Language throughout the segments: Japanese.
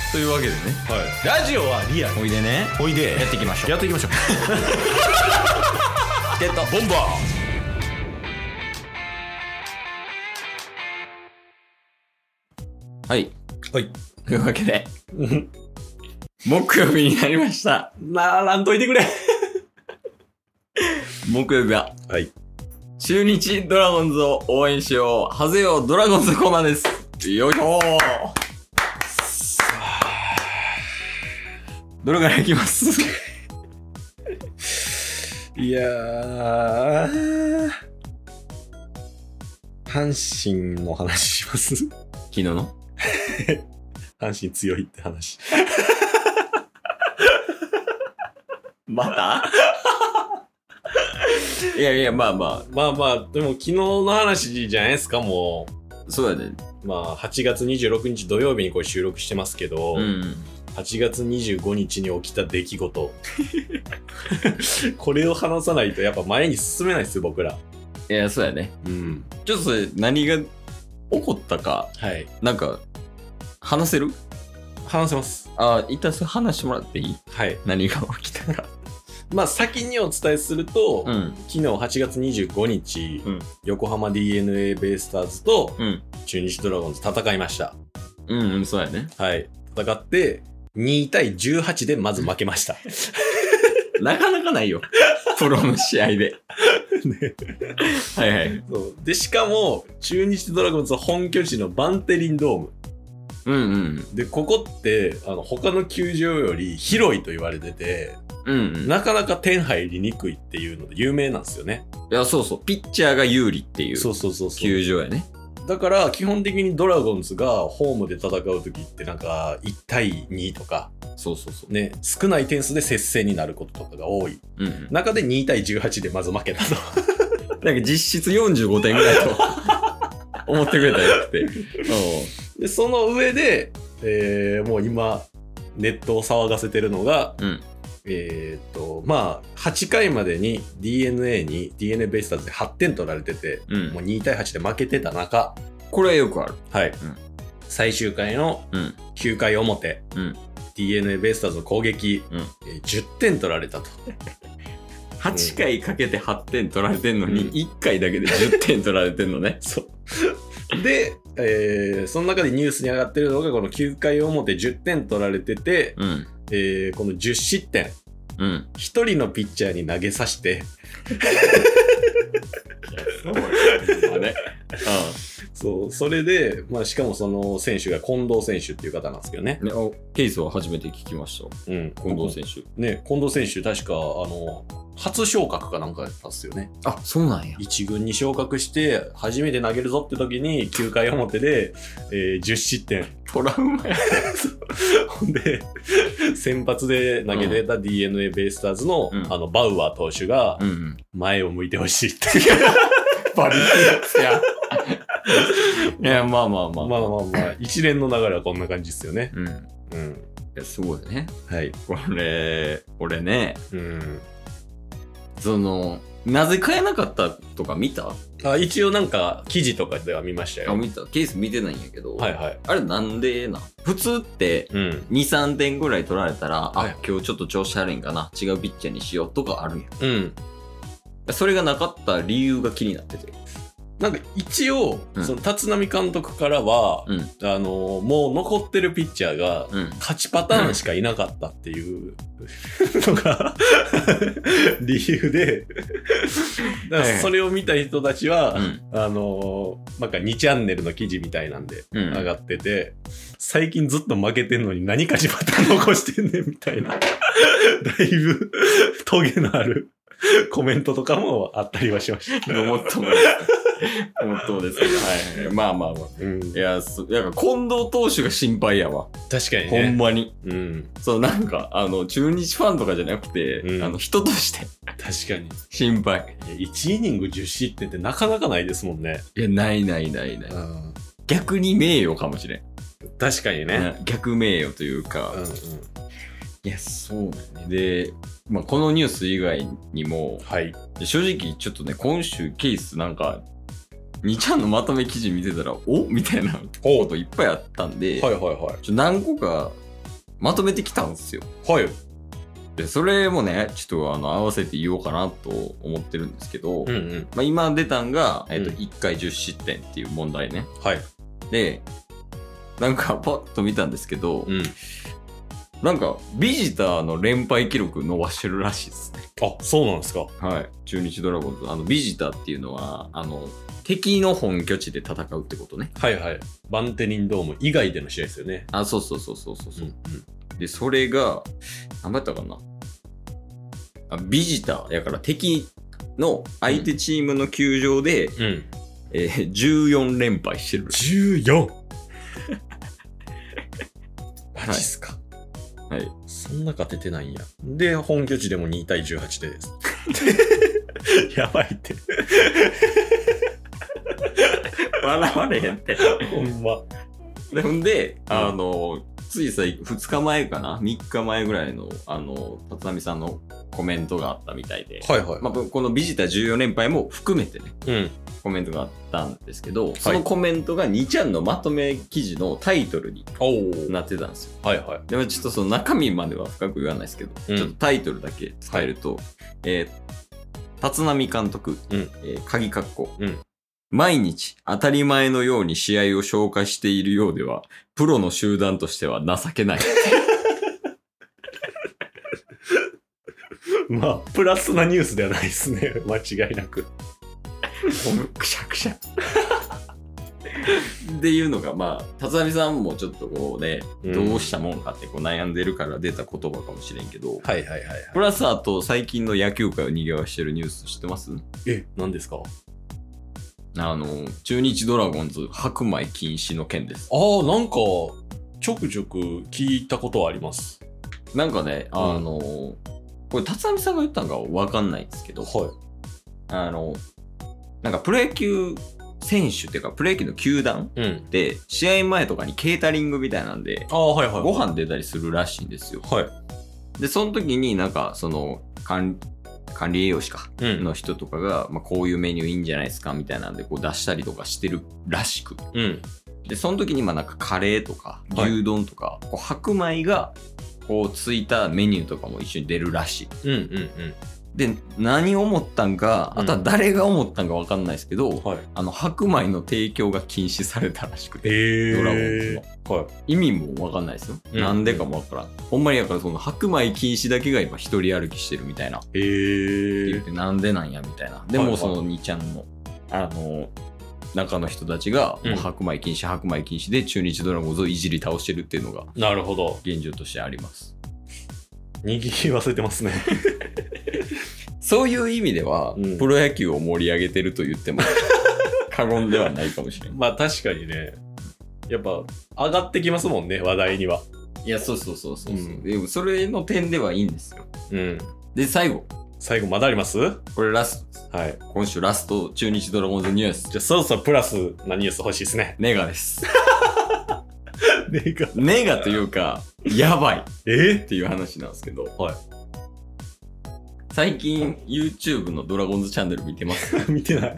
というわけでね、 ラジオはリアル。 おいでね、 おいでやっていきましょう。 やっていきましょう。 チケットボンバはい。 ー。はい。 というわけで木曜日になりました。 ならんといてくれ。 木曜日ははい。 中日ドラゴンズを応援しよう、ハゼよドラゴンズコーナーです。よいしょー。どれからいきます？ いやー、阪神の話します。 昨日の阪神強いって話。 またいやいや、まあままあまあ、でも昨日の話じゃないですか、もあ、そうやで。 う。まあ、8月26日土曜日にこれ収録してますけど、8月25日に起きた出来事。これを話さないとやっぱ前に進めないですよ、僕ら。 いや、そうやね。 うん。 ちょっとそれ、何が起こったか、 はい。 なんか、話せる？ 話せます。 一旦それ話してもらっていい？ はい。 何が起きたか。 まあ先にお伝えすると、 うん。 昨日8月25日、 うん横浜 DNA ベイスターズとうん。 中日ドラゴンズ戦いました。 うん、そうやね。 はい。戦って2対18でまず負けました。 なかなかないよ。プロの試合で。 ね、 はいはい。 そうで、しかも中日ドラゴンズ本拠地のバンテリンドーム。 うんうん。 で、ここって他の球場より広いと言われてて、 うんうん。 なかなか点入りにくいっていうので有名なんですよね。 いや、そうそう。ピッチャーが有利っていうそうそうそうそう。 球場やね。 だから基本的にドラゴンズがホームで戦う時ってなんか1対2とかそうそうそう。 ね、少ない点数で接戦になることとかが多いうんうん。 中で2対18でまず負けたと。 なんか実質45点ぐらいと思ってくれたらよくて。 で、その上で、もう今ネットを騒がせてるのが、 うん。 まあ8回までに DNA ベイスターズで8点取られてて、 うんもう2対8で負けてた中、 これはよくある。 はい、 ん最終回のうん。 9回表、 うん。 DNA ベイスターズの攻撃、 うん。 10点取られたと。 8回かけて8点取られてんのに、 うん 1回だけで10点取られてんのね。 そうで、その中でニュースに上がってるのがこの9回表10点取られてて、 うん。 この10失点うん。 1人のピッチャーに投げさせてそうだね。 そう、それで、まあ、しかもその選手が近藤選手っていう方なんですけどね。 ね、ケースは初めて聞きました。 うん。 近藤選手。 ね、近藤選手確か、初昇格かなんかやったんですよね。 あ、そうなんや。 一軍に昇格して、初めて投げるぞって時に、9回表で、10失点。 トラウマや。 ほんで、先発で投げてた DNA ベイスターズの、 うんバウアー投手がう、ん。 前を向いてほしいって。 バリってやつや。いや、まあまあまあ。 まあまあまあ、一連の流れはこんな感じですよね。 うん。いうん。 や、すごいね。 はい。 俺ね、 うん。 なぜ買えなかったとか見た？ 一応なんか、記事とかでは見ましたよ。 見た。ケース見てないんやけど。 はいはい。 あれなんでな？普通ってうん。 2、3点ぐらい取られたら、 はい今日ちょっと調子悪いんかな、違うピッチャーにしようとかあるんや。 うん。 それがなかった理由が気になってて。 なんか一応、 うんその立浪監督からは、 うん。 もう残ってるピッチャーが、 うん。 勝ちパターンしかいなかったっていうのが理由で、だからそれを見た人たちは、 うん。 なんか2チャンネルの記事みたいなんでうん。 上がってて、最近ずっと負けてんのに何勝ちパターン残してんねんみたいな、だいぶトゲのあるコメントとかもあったりはしました。 ごもっともです。ごもっともですけど。はいはい。まあまあまあ。 うん、 いや、なんか近藤投手が心配やわ。 確かにほんね。 まに。 うん、 そう、なんか、中日ファンとかじゃなくて、 うん人として確かに。 心配。 1イニング10失点ってなかなかないですもんね。 いや、ないないないない。 うん、 逆に名誉かもしれん。 確かにね。 逆名誉というか。 うんうん、 いや、そうだね。で、まあ、このニュース以外にも、 はい。 正直ちょっとね、今週ケースなんか、2ちゃんのまとめ記事見てたら、おみたいなこといっぱいあったんで、 はいはいはい。 何個かまとめてきたんですよ。 はい。 で、それもね、ちょっと合わせて言おうかなと思ってるんですけど、 うんうん。 まあ、今出たんが、 うん 1回10失点っていう問題ね。 はい。 で、なんかパッと見たんですけど、 うん。 なんかビジターの連敗記録伸ばしてるらしいですね。 あ、そうなんですか。 はい。中日ドラゴンズ。ビジターっていうのは、敵の本拠地で戦うってことね。 はいはい。バンテリンドーム以外での試合ですよね。 あ、そうそうそうそうそう。 うんで、それが、何だったかな。ビジターやから敵の相手チームの球場で、 うん。 14連敗してる。 14! マジっすか。 はい。 そんな勝ててないんや。で、本拠地でも2対18です。やばいって。 笑われへんって。 ほんま。 で、ほんで、つい2日前かな ?3 日前ぐらいの、立浪さんのコメントがあったみたいで。 はいはい。 まあ、このビジター14連敗も含めてね、 うん。 コメントがあったんですけど、そのコメントが2ちゃんのまとめ記事のタイトルになってたんですよ。 はいはい。 でもちょっとその中身までは深く言わないですけど、ちょっとタイトルだけ伝えると、立浪監督、鍵括弧、毎日当たり前のように試合を消化しているようでは、プロの集団としては情けない。 まあ、プラスなニュースではないですね。間違いなく。 くしゃくしゃ。っていうのが、まあ、立浪さんもちょっとこうね、どうしたもんかってこう悩んでるから出た言葉かもしれんけど、 はいはいはい、はい。 プラスあと最近の野球界を賑わしてるニュース知ってます？ 何ですか？ 中日ドラゴンズ白米禁止の件です。 ああ、なんか、ちょくちょく聞いたことはあります。 なんかね、これ、立浪さんが言ったのかわかんないんですけど、 はい。 なんかプロ野球選手っていうか、プロ野球の球団で、試合前とかにケータリングみたいなんで、 はいはい、 ご飯出たりするらしいんですよ。 はい。 で、その時になんか、その、管理栄養士か、の人とかが、まあ、こういうメニューいいんじゃないですかみたいなんで、こう出したりとかしてるらしく。で、その時に、まあなんかカレーとか、牛丼とか、こう白米が、こうついたメニューとかも一緒に出るらしい。で、何を思ったんか、あとは誰が思ったんか分かんないですけど、白米の提供が禁止されたらしくて、ドラゴンズの。意味も分かんないですよ。なんでかも分からん。ほんまにだからその白米禁止だけが今一人歩きしてるみたいな。って言ってなんでなんやみたいな。でもその2ちゃんの、中の人たちが、もう白米禁止で中日ドラゴンズをいじり倒してるっていうのが、 なるほど。 現状としてあります。 握り忘れてますね。 そういう意味では、プロ野球を盛り上げてると言っても過言ではないかもしれない。 まあ確かにね、やっぱ上がってきますもんね、話題には。 いや、そう。でもそれの点ではいいんですよ。で、最後まだあります？ これラストです。はい。今週ラスト、中日ドラゴンズニュース。 じゃあそろそろプラスなニュース欲しいですね。 ネガです。 ネガというか、やばい。っていう話なんですけど。 はい。 最近 YouTube のドラゴンズチャンネル見てます？ 見てない。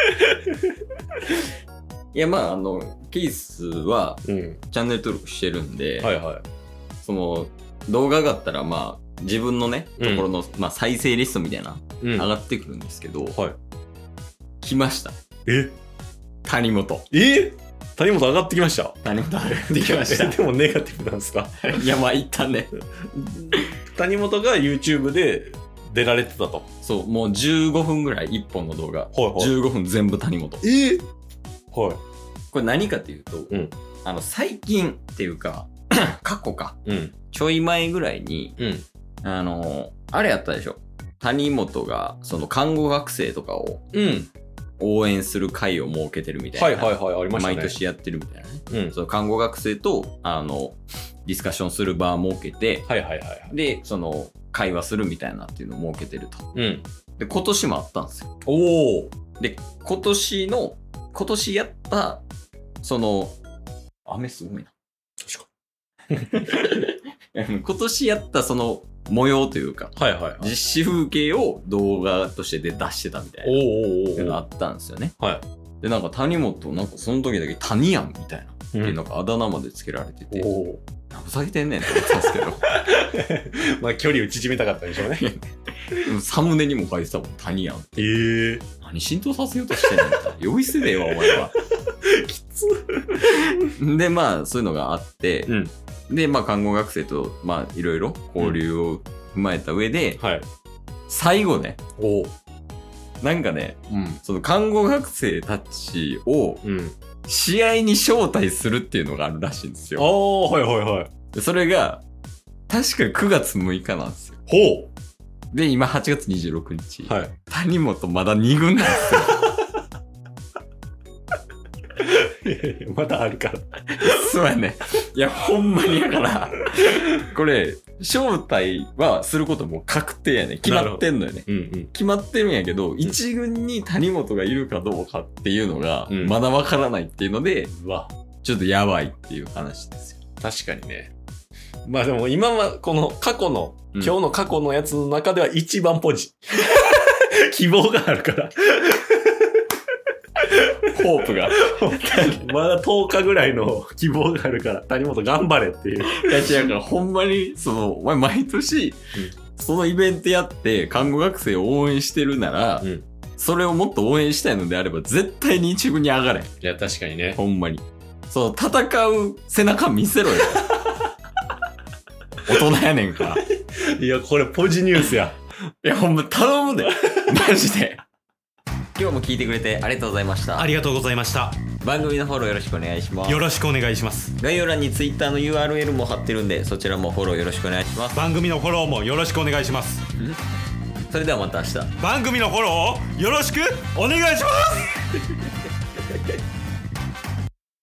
いや、まあ、ケースは、チャンネル登録してるんで、その、動画上がったら、まあ、自分のね、ところの、まあ、再生リストみたいな、上がってくるんですけど、来ました。谷本。 谷本上がってきました。 谷本上がってきました。 でもネガティブなんですか？ いや、まあ、一旦ね。 谷本が YouTube で出られてたと。 そう、もう15分ぐらい、1本の動画。15分全部谷本。これ何かっていうと、最近っていうか、過去か、ちょい前ぐらいに、あれやったでしょ。谷本が、その看護学生とかを、応援する会を設けてるみたいな。 ありましたね。 毎年やってるみたいなね。その看護学生と、ディスカッションする場を設けて、で、その、会話するみたいなっていうのを設けてると。で、今年もあったんですよ。で、今年やった、その、雨すごいな。確かに。今年やったその模様というか、実施風景を動画としてで出してたみたいなのがあったんですよね。で、なんか谷本、なんかその時だけ谷やんみたいな。 っていうのがあだ名までつけられてて、 おふざけてんねんって思ってたんですけどまあ距離を縮めたかったんでしょうねサムネにも書いてたもん、谷やん。何浸透させようとしてんのって呼び捨てでよ、お前は。 きつで、まあ、そういうのがあって、で、まあ、看護学生と、まあ、いろいろ交流を踏まえた上で、 はい、 最後ね、なんかね、その看護学生たちを、試合に招待するっていうのがあるらしいんですよ。 はいはいはい。 でそれが、確か9月6日なんですよ。 ほう。で、今8月26日。 はい。 谷本まだ2軍なんですよ。 まだあるから。 そうやね。いや、ほんまにやから、これ、招待はすることも確定やね。決まってんのよね。決まってるんやけど、一軍に谷本がいるかどうかっていうのが、まだわからないっていうので、ちょっとやばいっていう話ですよ。 確かにね。まあでも今はこの過去の、今日の過去のやつの中では一番ポジ。希望があるから。 ホープが。 まだ10日ぐらいの希望があるから、谷本頑張れっていう。 いや違うから、ほんまに、お前毎年、そのイベントやって看護学生を応援してるなら、それをもっと応援したいのであれば、絶対に一軍に上がれ。 いや、確かにね。 ほんまに。戦う背中見せろよ。大人やねんから。 いや、これポジニュースや。 いや、ほんま頼むで。マジで。今日も聞いてくれてありがとうございました。 ありがとうございました。 番組のフォローよろしくお願いします。 よろしくお願いします。 概要欄に Twitter の URL も貼ってるんで、そちらもフォローよろしくお願いします。 番組のフォローもよろしくお願いします。 それではまた明日。 番組のフォローをよろしくお願いします。